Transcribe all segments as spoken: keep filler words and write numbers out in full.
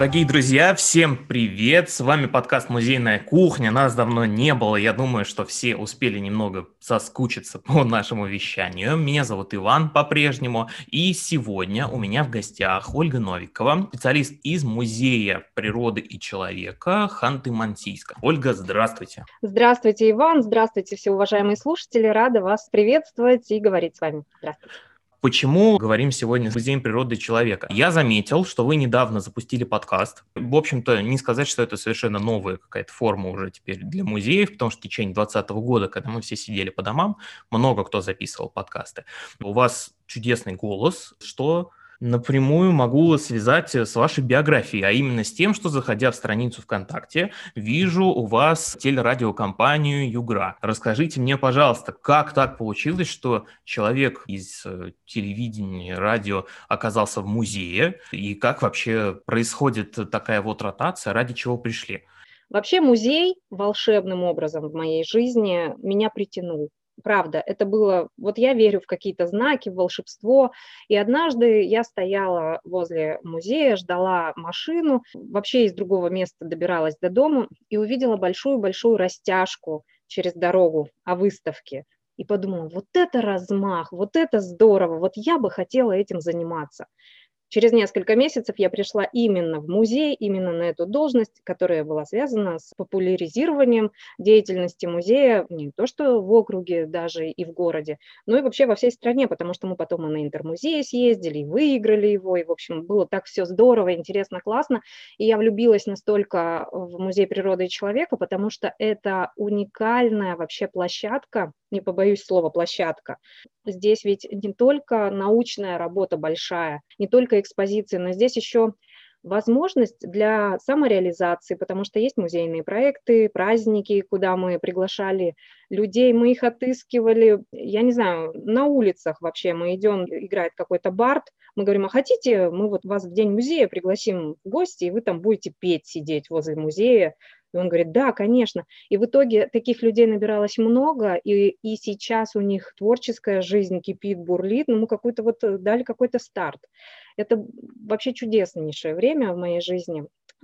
Дорогие друзья, всем привет! С вами подкаст «Музейная кухня». Нас давно не было. Я думаю, что все успели немного соскучиться по нашему вещанию. Меня зовут Иван по-прежнему. И сегодня у меня в гостях Ольга Новикова, специалист из Музея природы и человека Ханты-Мансийска. Ольга, здравствуйте! Здравствуйте, Иван! Здравствуйте, все уважаемые слушатели! Рада вас приветствовать и говорить с вами. Здравствуйте! Почему говорим сегодня с Музеем природы и человека? Я заметил, что вы недавно запустили подкаст. В общем-то, не сказать, что это совершенно новая какая-то форма уже теперь для музеев, потому что в течение двадцатого года, когда мы все сидели по домам, много кто записывал подкасты. У вас чудесный голос, что напрямую могу связать с вашей биографией, а именно с тем, что, заходя в страницу ВКонтакте, вижу у вас телерадиокомпанию «Югра». Расскажите мне, пожалуйста, как так получилось, что человек из телевидения, радио оказался в музее, и как вообще происходит такая вот ротация, ради чего пришли? Вообще музей волшебным образом в моей жизни меня притянул. Правда, это было... Вот я верю в какие-то знаки, в волшебство. И однажды я стояла возле музея, ждала машину, вообще из другого места добиралась до дома и увидела большую-большую растяжку через дорогу о выставке. И подумала, вот это размах, вот это здорово, вот я бы хотела этим заниматься. Через несколько месяцев я пришла именно в музей, именно на эту должность, которая была связана с популяризированием деятельности музея не то что в округе даже и в городе, но и вообще во всей стране, потому что мы потом и на Интермузей съездили, и выиграли его, и, в общем, было так все здорово, интересно, классно. И я влюбилась настолько в Музей природы и человека, потому что это уникальная вообще площадка, не побоюсь слова площадка. Здесь ведь не только научная работа большая, не только экспозиции, но здесь еще возможность для самореализации, потому что есть музейные проекты, праздники, куда мы приглашали людей, мы их отыскивали, я не знаю, на улицах вообще мы идем, играет какой-то бард, мы говорим, а хотите, мы вот вас в день музея пригласим в гости, и вы там будете петь, сидеть возле музея. И он говорит, да, конечно. И в итоге таких людей набиралось много, и, и сейчас у них творческая жизнь кипит, бурлит, но мы какой-то вот дали какой-то старт. Это вообще чудеснейшее время в моей жизни.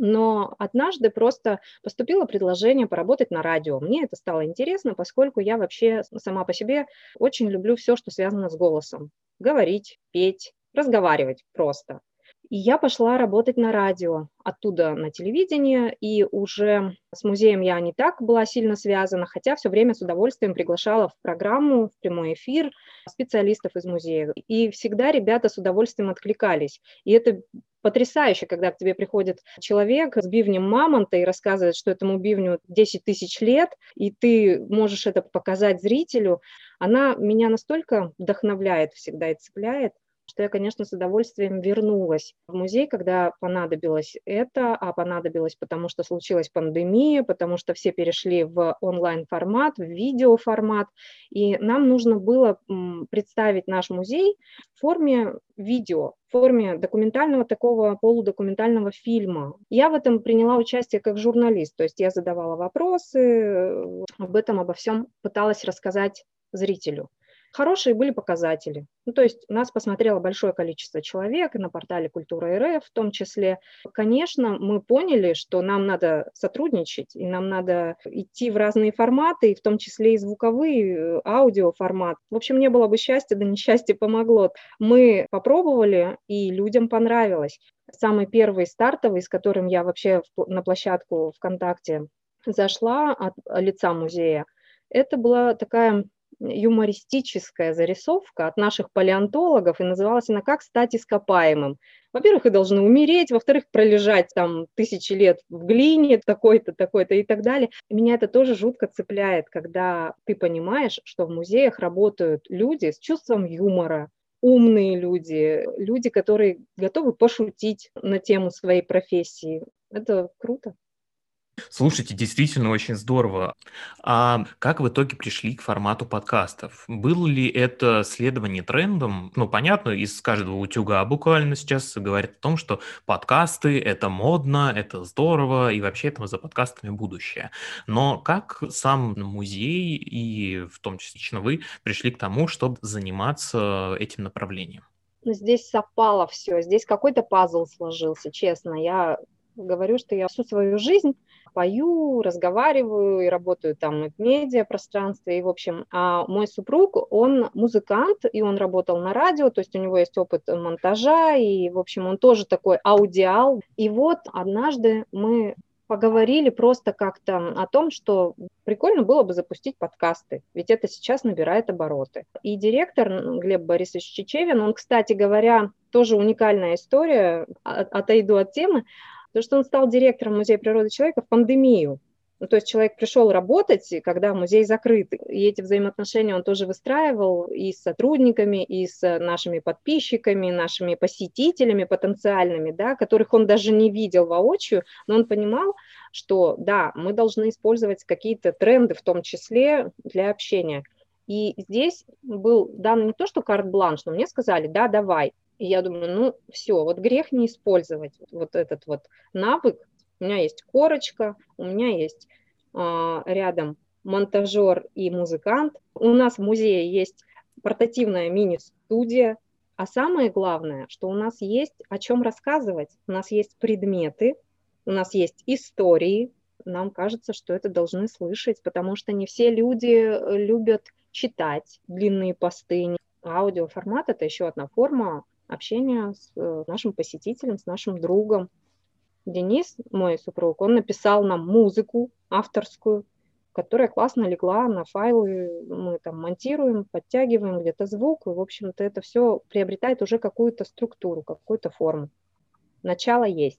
Но однажды просто поступило предложение поработать на радио. Мне это стало интересно, поскольку я вообще сама по себе очень люблю все, что связано с голосом. Говорить, петь, разговаривать просто. И я пошла работать на радио, оттуда на телевидение, и уже с музеем я не так была сильно связана, хотя все время с удовольствием приглашала в программу, в прямой эфир специалистов из музея. И всегда ребята с удовольствием откликались. И это потрясающе, когда к тебе приходит человек с бивнем мамонта и рассказывает, что этому бивню десять тысяч лет, и ты можешь это показать зрителю. Она меня настолько вдохновляет всегда и цепляет, что я, конечно, с удовольствием вернулась в музей, когда понадобилось это, а понадобилось, потому что случилась пандемия, потому что все перешли в онлайн-формат, в видеоформат, и нам нужно было представить наш музей в форме видео, в форме документального такого полудокументального фильма. Я в этом приняла участие как журналист, то есть я задавала вопросы, об этом, обо всем пыталась рассказать зрителю. Хорошие были показатели. Ну, то есть нас посмотрело большое количество человек, и на портале Культура РФ в том числе. Конечно, мы поняли, что нам надо сотрудничать, и нам надо идти в разные форматы, и в том числе и звуковые, аудиоформат. В общем, не было бы счастья, да несчастье помогло. Мы попробовали, и людям понравилось. Самый первый стартовый, с которым я вообще на площадку ВКонтакте зашла от лица музея, это была такая юмористическая зарисовка от наших палеонтологов, и называлась она «Как стать ископаемым». Во-первых, вы должны умереть, во-вторых, пролежать там тысячи лет в глине, такой-то, такой-то и так далее. И меня это тоже жутко цепляет, когда ты понимаешь, что в музеях работают люди с чувством юмора, умные люди, люди, которые готовы пошутить на тему своей профессии. Это круто. Слушайте, действительно очень здорово. А как в итоге пришли к формату подкастов? Было ли это следование трендам? Ну, понятно, из каждого утюга буквально сейчас говорят о том, что подкасты — это модно, это здорово, и вообще там за подкастами будущее. Но как сам музей и в том числе лично вы пришли к тому, чтобы заниматься этим направлением? Здесь совпало все, здесь какой-то пазл сложился, честно. Я говорю, что я всю свою жизнь пою, разговариваю и работаю там и в медиапространстве. И, в общем, а мой супруг, он музыкант, и он работал на радио, то есть у него есть опыт монтажа, и, в общем, он тоже такой аудиал. И вот однажды мы поговорили просто как-то о том, что прикольно было бы запустить подкасты, ведь это сейчас набирает обороты. И директор Глеб Борисович Чечевин, он, кстати говоря, тоже уникальная история, отойду от темы, то, что он стал директором Музея природы человека в пандемию. Ну, то есть человек пришел работать, когда музей закрыт, и эти взаимоотношения он тоже выстраивал и с сотрудниками, и с нашими подписчиками, нашими посетителями потенциальными, да, которых он даже не видел воочию, но он понимал, что да, мы должны использовать какие-то тренды, в том числе для общения. И здесь был дан не то, что карт-бланш, но мне сказали, да, давай. И я думаю, ну все, вот грех не использовать вот этот вот навык. У меня есть корочка, у меня есть э, рядом монтажер и музыкант. У нас в музее есть портативная мини-студия. А самое главное, что у нас есть о чем рассказывать. У нас есть предметы, у нас есть истории. Нам кажется, что это должны слышать, потому что не все люди любят читать длинные посты. Аудиоформат – это еще одна форма общения с нашим посетителем, с нашим другом. Денис, мой супруг, он написал нам музыку авторскую, которая классно легла на файлы. Мы там монтируем, подтягиваем где-то звук, и, в общем-то, это все приобретает уже какую-то структуру, какую-то форму. Начало есть.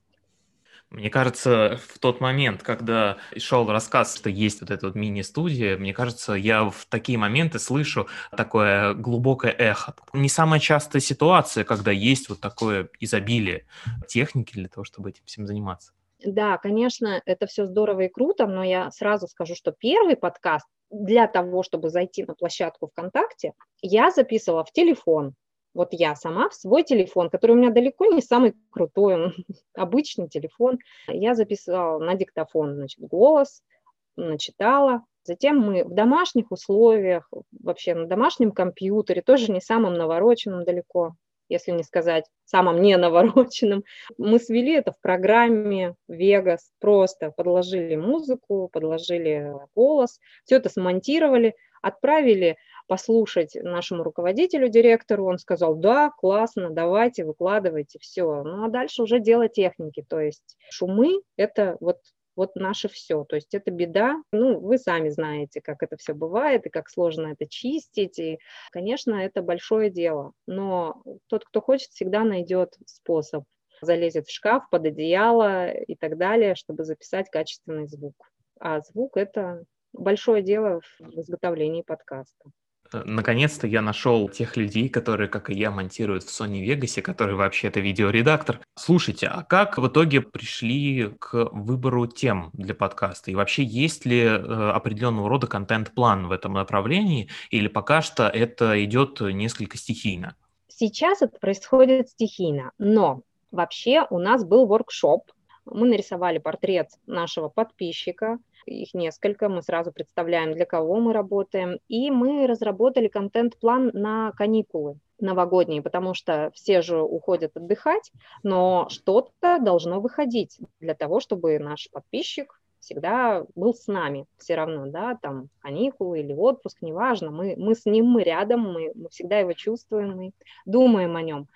Мне кажется, в тот момент, когда шел рассказ, что есть вот эта вот мини-студия, мне кажется, я в такие моменты слышу такое глубокое эхо. Не самая частая ситуация, когда есть вот такое изобилие техники для того, чтобы этим всем заниматься. Да, конечно, это все здорово и круто, но я сразу скажу, что первый подкаст для того, чтобы зайти на площадку ВКонтакте, я записывала в телефон. Вот я сама в свой телефон, который у меня далеко не самый крутой, он обычный телефон. Я записала на диктофон, значит, голос, начитала. Затем мы в домашних условиях, вообще на домашнем компьютере, тоже не самым навороченным далеко, если не сказать самым не навороченным, мы свели это в программе Vegas, просто подложили музыку, подложили голос, все это смонтировали, отправили послушать нашему руководителю, директору, он сказал, да, классно, давайте, выкладывайте, все. Ну, а дальше уже дело техники, то есть шумы – это вот, вот наше все, то есть это беда, ну, вы сами знаете, как это все бывает и как сложно это чистить, и, конечно, это большое дело, но тот, кто хочет, всегда найдет способ, залезет в шкаф, под одеяло и так далее, чтобы записать качественный звук. А звук – это большое дело в изготовлении подкаста. Наконец-то я нашел тех людей, которые, как и я, монтируют в Sony Vegas, который вообще-то видеоредактор. Слушайте, а как в итоге пришли к выбору тем для подкаста? И вообще есть ли э, определенного рода контент-план в этом направлении, или пока что это идет несколько стихийно? Сейчас это происходит стихийно, но вообще у нас был воркшоп. Мы нарисовали портрет нашего подписчика, их несколько, мы сразу представляем, для кого мы работаем, и мы разработали контент-план на каникулы новогодние, потому что все же уходят отдыхать, но что-то должно выходить для того, чтобы наш подписчик всегда был с нами все равно, да, там каникулы или отпуск, неважно, мы, мы с ним, мы рядом, мы, мы всегда его чувствуем, мы думаем о нем.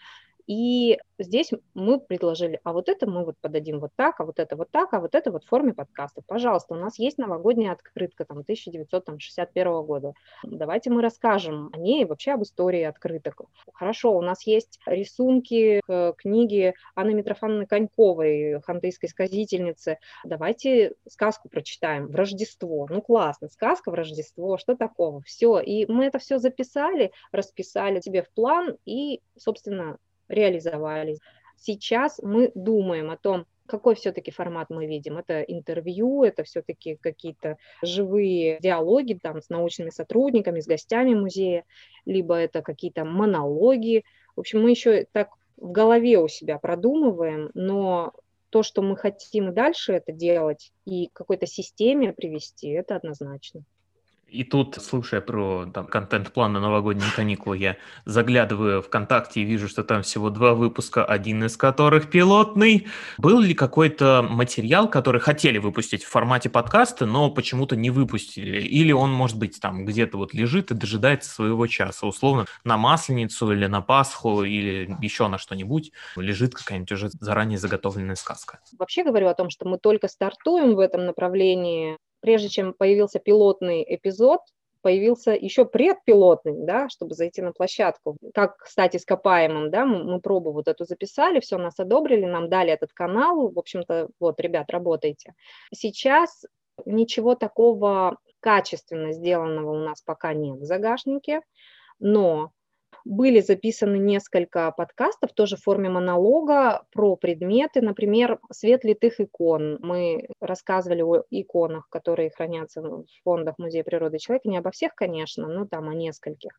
И здесь мы предложили, а вот это мы вот подадим вот так, а вот это вот так, а вот это вот в форме подкаста. Пожалуйста, у нас есть новогодняя открытка там, тысяча девятьсот шестьдесят первого года. Давайте мы расскажем о ней, вообще об истории открыток. Хорошо, у нас есть рисунки, книги Анны Митрофановны Коньковой, хантыйской сказительницы. Давайте сказку прочитаем в Рождество. Ну классно, сказка в Рождество, что такого? Все, и мы это все записали, расписали себе в план и, собственно, реализовали. Сейчас мы думаем о том, какой все-таки формат мы видим. Это интервью, это все-таки какие-то живые диалоги там, с научными сотрудниками, с гостями музея, либо это какие-то монологи. В общем, мы еще так в голове у себя продумываем, но то, что мы хотим дальше это делать и к какой-то системе привести, это однозначно. И тут, слушая про там, контент-план на новогодние каникулы, я заглядываю ВКонтакте и вижу, что там всего два выпуска, один из которых пилотный. Был ли какой-то материал, который хотели выпустить в формате подкаста, но почему-то не выпустили? Или он, может быть, там где-то вот лежит и дожидается своего часа? Условно, на Масленицу или на Пасху или еще на что-нибудь лежит какая-нибудь уже заранее заготовленная сказка. Вообще говорю о том, что мы только стартуем в этом направлении. Прежде чем появился пилотный эпизод, появился еще предпилотный, да, чтобы зайти на площадку. Как стать ископаемым, да, мы, мы пробу вот эту записали, все, нас одобрили, нам дали этот канал, в общем-то, вот, ребят, работайте. Сейчас ничего такого качественно сделанного у нас пока нет в загашнике, но были записаны несколько подкастов, тоже в форме монолога, про предметы, например, «Свет литых икон». Мы рассказывали о иконах, которые хранятся в фондах Музея природы и человека, не обо всех, конечно, но там о нескольких.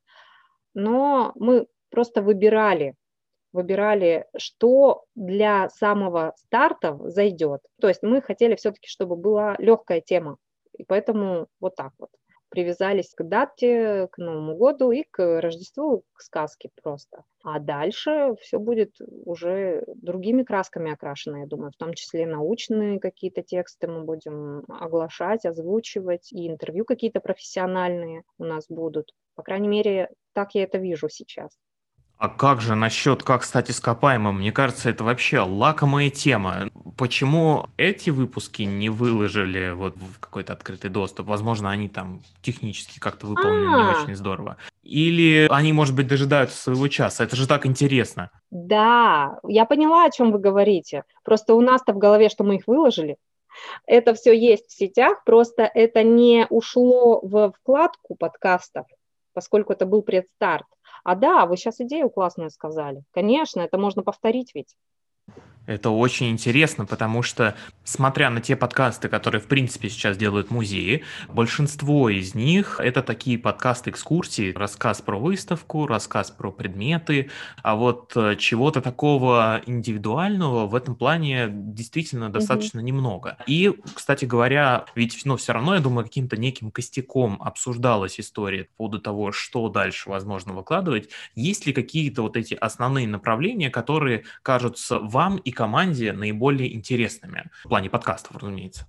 Но мы просто выбирали, выбирали, что для самого старта зайдет. То есть мы хотели все-таки, чтобы была легкая тема, и поэтому вот так вот. Привязались к дате, к Новому году и к Рождеству, к сказке просто. А дальше все будет уже другими красками окрашено, я думаю, в том числе научные какие-то тексты мы будем оглашать, озвучивать, и интервью какие-то профессиональные у нас будут. По крайней мере, так я это вижу сейчас. А как же насчет как стать ископаемым? Мне кажется, это вообще лакомая тема. Почему эти выпуски не выложили вот в какой-то открытый доступ? Возможно, они там технически как-то выполнены не А, очень здорово. Или они, может быть, дожидаются своего часа. Это же так интересно. да, я поняла, о чем вы говорите. Просто у нас-то в голове, что мы их выложили. Это все есть в сетях, просто это не ушло в вкладку подкастов, поскольку это был предстарт. А да, вы сейчас идею классную сказали. Конечно, это можно повторить ведь. Это очень интересно, потому что, смотря на те подкасты, которые, в принципе, сейчас делают музеи, большинство из них — это такие подкасты-экскурсии, рассказ про выставку, рассказ про предметы, а вот э, чего-то такого индивидуального в этом плане действительно Мгм. достаточно немного. И, кстати говоря, ведь, ну, все равно, я думаю, каким-то неким костяком обсуждалась история по поводу того, что дальше возможно выкладывать. Есть ли какие-то вот эти основные направления, которые кажутся вам и команде наиболее интересными в плане подкастов, разумеется?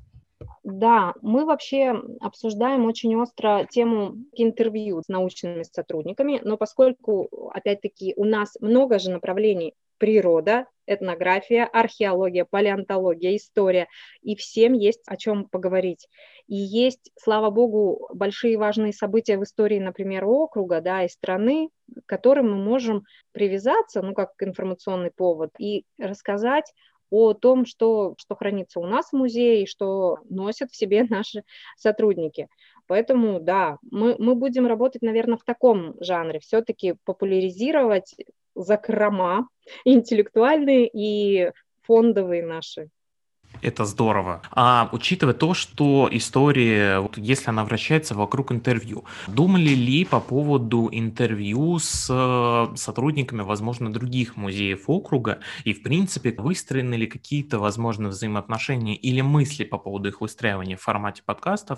Да, мы вообще обсуждаем очень остро тему интервью с научными сотрудниками, но поскольку, опять-таки, у нас много же направлений: природа, этнография, археология, палеонтология, история, и всем есть о чем поговорить. И есть, слава богу, большие важные события в истории, например, округа, да, и страны, к которым мы можем привязаться, ну, как информационный повод, и рассказать о том, что, что хранится у нас в музее, и что носят в себе наши сотрудники. Поэтому, да, мы, мы будем работать, наверное, в таком жанре, все-таки популяризировать закрома интеллектуальные и фондовые наши. Это здорово. А учитывая то, что история, вот если она вращается вокруг интервью, думали ли по поводу интервью с э, сотрудниками, возможно, других музеев округа, и, в принципе, выстроены ли какие-то, возможно, взаимоотношения или мысли по поводу их выстраивания в формате подкастов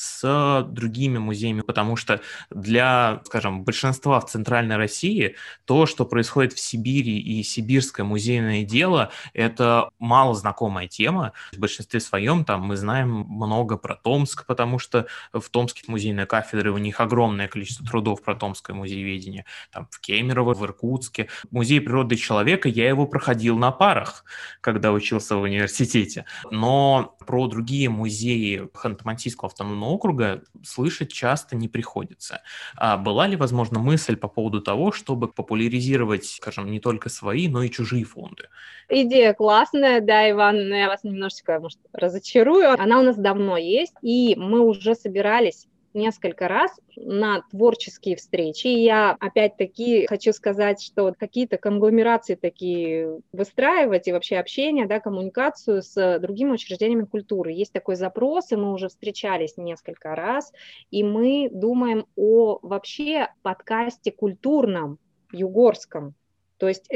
с другими музеями? Потому что для, скажем, большинства в Центральной России то, что происходит в Сибири и сибирское музейное дело, это мало знакомая тема. В большинстве своем там мы знаем много про Томск, потому что в Томске музейная кафедра, у них огромное количество трудов про томское музееведение. Там в Кемерово, в Иркутске. Музей природы и человека, я его проходил на парах, когда учился в университете. Но про другие музеи Ханты-Мансийского автономного округа слышать часто не приходится. А была ли, возможно, мысль по поводу того, чтобы популяризировать, скажем, не только свои, но и чужие фонды? Идея классная, да, Иван, но я вас немножечко, может, разочарую. Она у нас давно есть, и мы уже собирались несколько раз на творческие встречи. И я опять-таки хочу сказать, что какие-то конгломерации такие выстраивать и вообще общение, да, коммуникацию с другими учреждениями культуры. Есть такой запрос, и мы уже встречались несколько раз, и мы думаем о вообще подкасте культурном, югорском. То есть это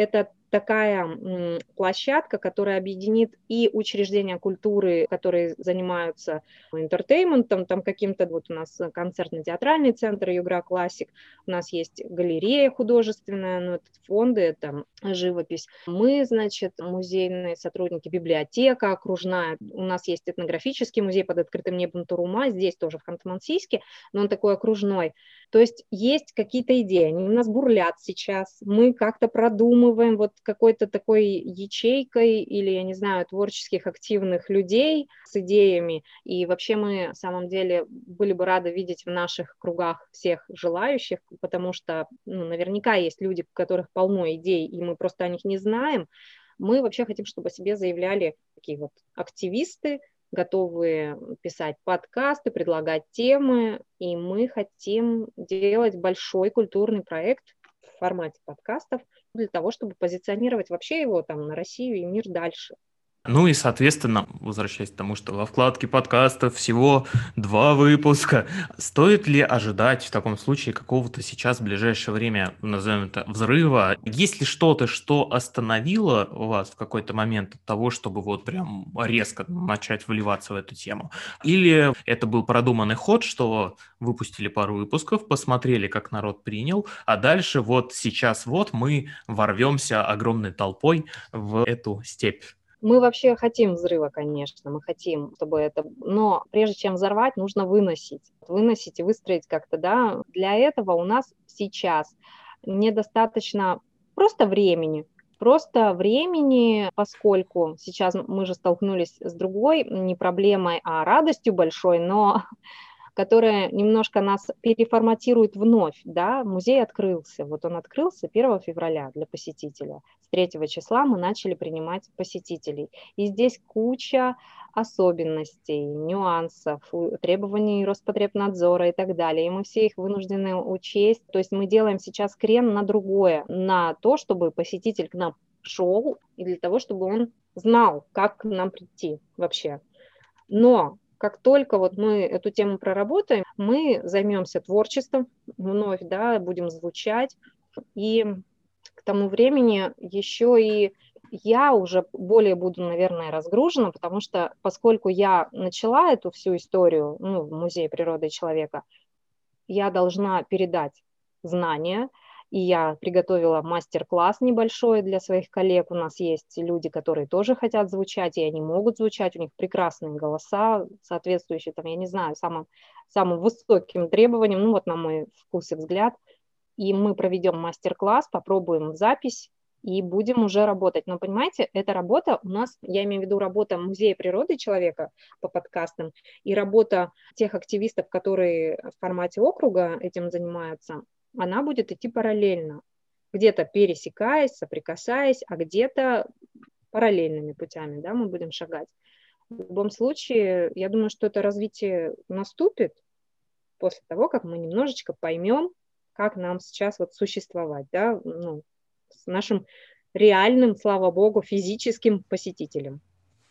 такая м, площадка, которая объединит и учреждения культуры, которые занимаются интертейментом, там каким-то, вот у нас концертно-театральный центр Югра Классик, у нас есть галерея художественная, ну, это фонды, это живопись. Мы, значит, музейные сотрудники, библиотека окружная, у нас есть этнографический музей под открытым небом Турума, здесь тоже в Ханты-Мансийске, но он такой окружной. То есть есть какие-то идеи, они у нас бурлят сейчас, мы как-то продумываем вот какой-то такой ячейкой или, я не знаю, творческих активных людей с идеями, и вообще мы, на самом деле, были бы рады видеть в наших кругах всех желающих, потому что, ну, наверняка есть люди, у которых полно идей, и мы просто о них не знаем. Мы вообще хотим, чтобы о себе заявляли такие вот активисты, готовые писать подкасты, предлагать темы, и мы хотим делать большой культурный проект в формате подкастов для того, чтобы позиционировать вообще его там на Россию и мир дальше. Ну и, соответственно, возвращаясь к тому, что во вкладке подкастов всего два выпуска, стоит ли ожидать в таком случае какого-то сейчас в ближайшее время, назовем это, взрыва? Есть ли что-то, что остановило вас в какой-то момент от того, чтобы вот прям резко начать вливаться в эту тему? Или это был продуманный ход, что выпустили пару выпусков, посмотрели, как народ принял, а дальше вот сейчас вот мы ворвемся огромной толпой в эту степь? Мы вообще хотим взрыва, конечно, мы хотим, чтобы это... Но прежде чем взорвать, нужно выносить. Выносить и выстроить как-то, да. Для этого у нас сейчас недостаточно просто времени. Просто времени, поскольку сейчас мы же столкнулись с другой, не проблемой, а радостью большой, но которая немножко нас переформатирует вновь, да, музей открылся, вот он открылся первого февраля для посетителя, с третьего числа мы начали принимать посетителей, и здесь куча особенностей, нюансов, требований Роспотребнадзора и так далее, и мы все их вынуждены учесть, то есть мы делаем сейчас крен на другое, на то, чтобы посетитель к нам шел, и для того, чтобы он знал, как к нам прийти вообще. Но как только вот мы эту тему проработаем, мы займемся творчеством вновь, да, будем звучать, и к тому времени еще и я уже более буду, наверное, разгружена, потому что поскольку я начала эту всю историю, ну, в Музее природы и человека, я должна передать знания, и я приготовила мастер-класс небольшой для своих коллег. У нас есть люди, которые тоже хотят звучать, и они могут звучать. У них прекрасные голоса, соответствующие, там, я не знаю, самым, самым высоким требованиям, ну вот на мой вкус и взгляд. И мы проведем мастер-класс, попробуем запись и будем уже работать. Но, понимаете, эта работа у нас, я имею в виду работа Музея природы человека по подкастам и работа тех активистов, которые в формате округа этим занимаются, она будет идти параллельно, где-то пересекаясь, соприкасаясь, а где-то параллельными путями, да, мы будем шагать. В любом случае, я думаю, что это развитие наступит после того, как мы немножечко поймем, как нам сейчас вот существовать, да, ну, с нашим реальным, слава богу, физическим посетителем.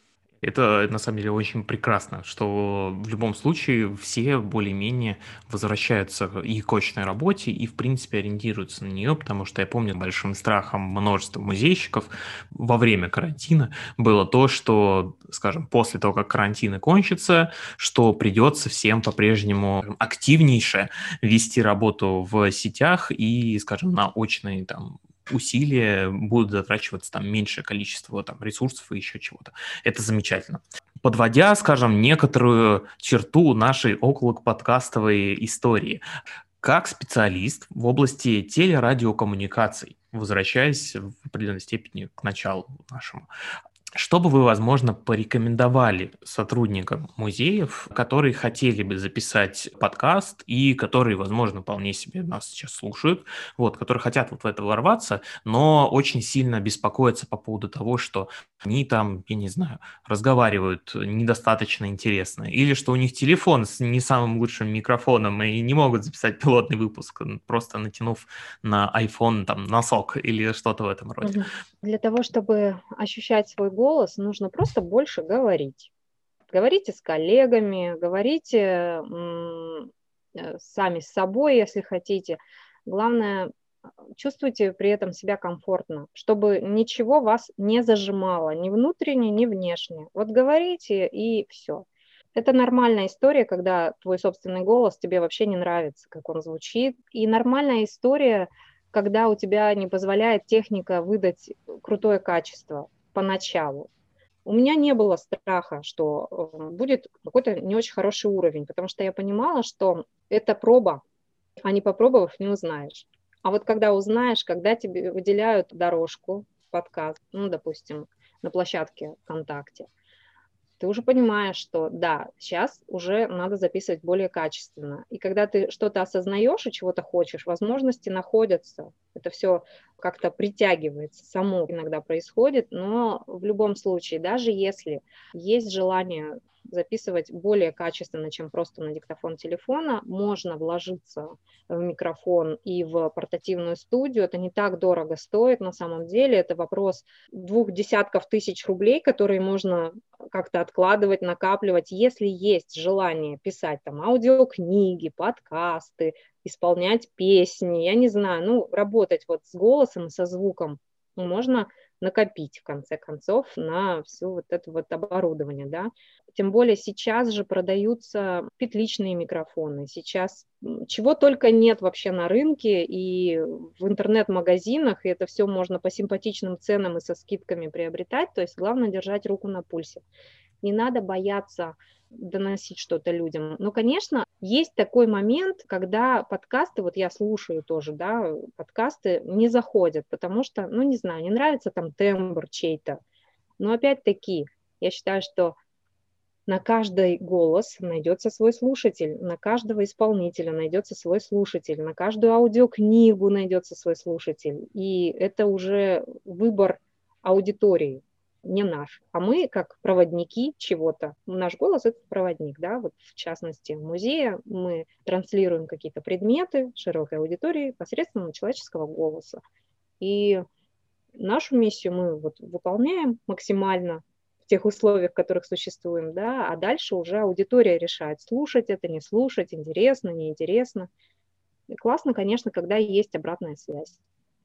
Это, на самом деле, очень прекрасно, что в любом случае все более-менее возвращаются и к очной работе, и, в принципе, ориентируются на нее, потому что я помню, большим страхом множества музейщиков во время карантина было то, что, скажем, после того, как карантин кончится, что придется всем по-прежнему активнейше вести работу в сетях и, скажем, на очные там усилия будут затрачиваться там меньшее количество там ресурсов и еще чего-то. Это замечательно. Подводя, скажем, некоторую черту нашей околоподкастовой истории, как специалист в области телерадиокоммуникаций, возвращаясь в определенной степени к началу нашему, что бы вы, возможно, порекомендовали сотрудникам музеев, которые хотели бы записать подкаст и которые, возможно, вполне себе нас сейчас слушают, вот, которые хотят вот в это ворваться, но очень сильно беспокоятся по поводу того, что они там, я не знаю, разговаривают недостаточно интересно, или что у них телефон с не самым лучшим микрофоном и не могут записать пилотный выпуск, просто натянув на iPhone там носок или что-то в этом роде. Для того, чтобы ощущать свой голос, нужно просто больше говорить. Говорите с коллегами, говорите м- сами с собой, если хотите. Главное чувствуйте при этом себя комфортно, чтобы ничего вас не зажимало, ни внутренне, ни внешне. Вот говорите, и все. Это нормальная история, когда твой собственный голос тебе вообще не нравится, как он звучит. И нормальная история, когда у тебя не позволяет техника выдать крутое качество поначалу. У меня не было страха, что будет какой-то не очень хороший уровень, потому что я понимала, что это проба, а не попробовав, не узнаешь. А вот когда узнаешь, когда тебе выделяют дорожку, подкаст, ну, допустим, на площадке ВКонтакте, ты уже понимаешь, что да, сейчас уже надо записывать более качественно. И когда ты что-то осознаешь и чего-то хочешь, возможности находятся. Это все как-то притягивается, само иногда происходит, но в любом случае, даже если есть желание записывать более качественно, чем просто на диктофон телефона, можно вложиться в микрофон и в портативную студию. Это не так дорого стоит на самом деле. Это вопрос двух десятков тысяч рублей, которые можно как-то откладывать, накапливать. Если есть желание писать там аудиокниги, подкасты, исполнять песни, я не знаю, ну, работать вот с голосом и со звуком, можно накопить, в конце концов, на все вот это вот оборудование, да. Тем более сейчас же продаются петличные микрофоны, сейчас чего только нет вообще на рынке и в интернет-магазинах, и это все можно по симпатичным ценам и со скидками приобретать, то есть главное держать руку на пульсе. Не надо бояться доносить что-то людям. Но, конечно, есть такой момент, когда подкасты, вот я слушаю тоже, да, подкасты не заходят, потому что, ну, не знаю, не нравится там тембр чей-то. Но опять-таки, я считаю, что на каждый голос найдется свой слушатель, на каждого исполнителя найдется свой слушатель, на каждую аудиокнигу найдется свой слушатель. И это уже выбор аудитории, не наш. А мы, как проводники чего-то, наш голос – это проводник, да, вот в частности в музее мы транслируем какие-то предметы широкой аудитории посредством человеческого голоса. И нашу миссию мы вот выполняем максимально в тех условиях, в которых существуем, да, а дальше уже аудитория решает, слушать это, не слушать, интересно, неинтересно. И классно, конечно, когда есть обратная связь.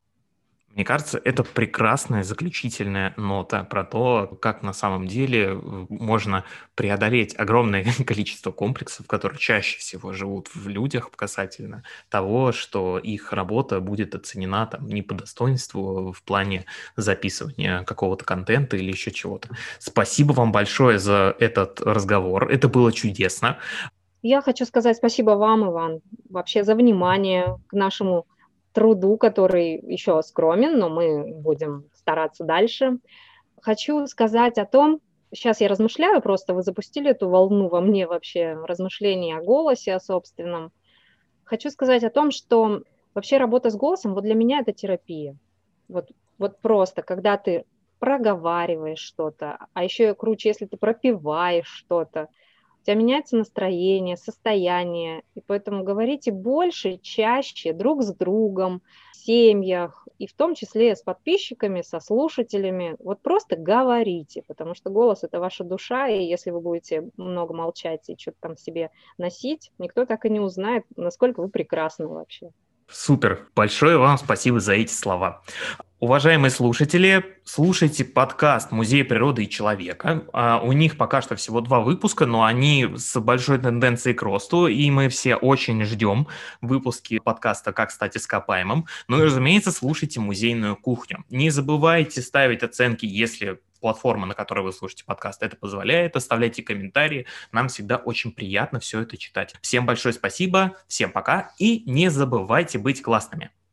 Мне кажется, это прекрасная заключительная нота про то, как на самом деле можно преодолеть огромное количество комплексов, которые чаще всего живут в людях касательно того, что их работа будет оценена там, не по достоинству в плане записывания какого-то контента или еще чего-то. Спасибо вам большое за этот разговор. Это было чудесно. Я хочу сказать спасибо вам, Иван, вообще за внимание к нашему труду, который еще скромен, но мы будем стараться дальше. Хочу сказать о том, сейчас я размышляю, просто вы запустили эту волну во мне вообще размышлений о голосе, о собственном. Хочу сказать о том, что вообще работа с голосом, вот для меня это терапия. Вот, вот просто, когда ты проговариваешь что-то, а еще круче, если ты пропеваешь что-то, у тебя меняется настроение, состояние, и поэтому говорите больше, чаще, друг с другом, в семьях, и в том числе с подписчиками, со слушателями. Вот просто говорите, потому что голос – это ваша душа, и если вы будете много молчать и что-то там себе носить, никто так и не узнает, насколько вы прекрасны вообще. Супер. Большое вам спасибо за эти слова. Уважаемые слушатели, слушайте подкаст «Музей природы и человека». У них пока что всего два выпуска, но они с большой тенденцией к росту, и мы все очень ждем выпуски подкаста «Как стать ископаемым». Ну и, разумеется, слушайте «Музейную кухню». Не забывайте ставить оценки, если платформа, на которой вы слушаете подкаст, это позволяет. Оставляйте комментарии. Нам всегда очень приятно все это читать. Всем большое спасибо, всем пока и не забывайте быть классными.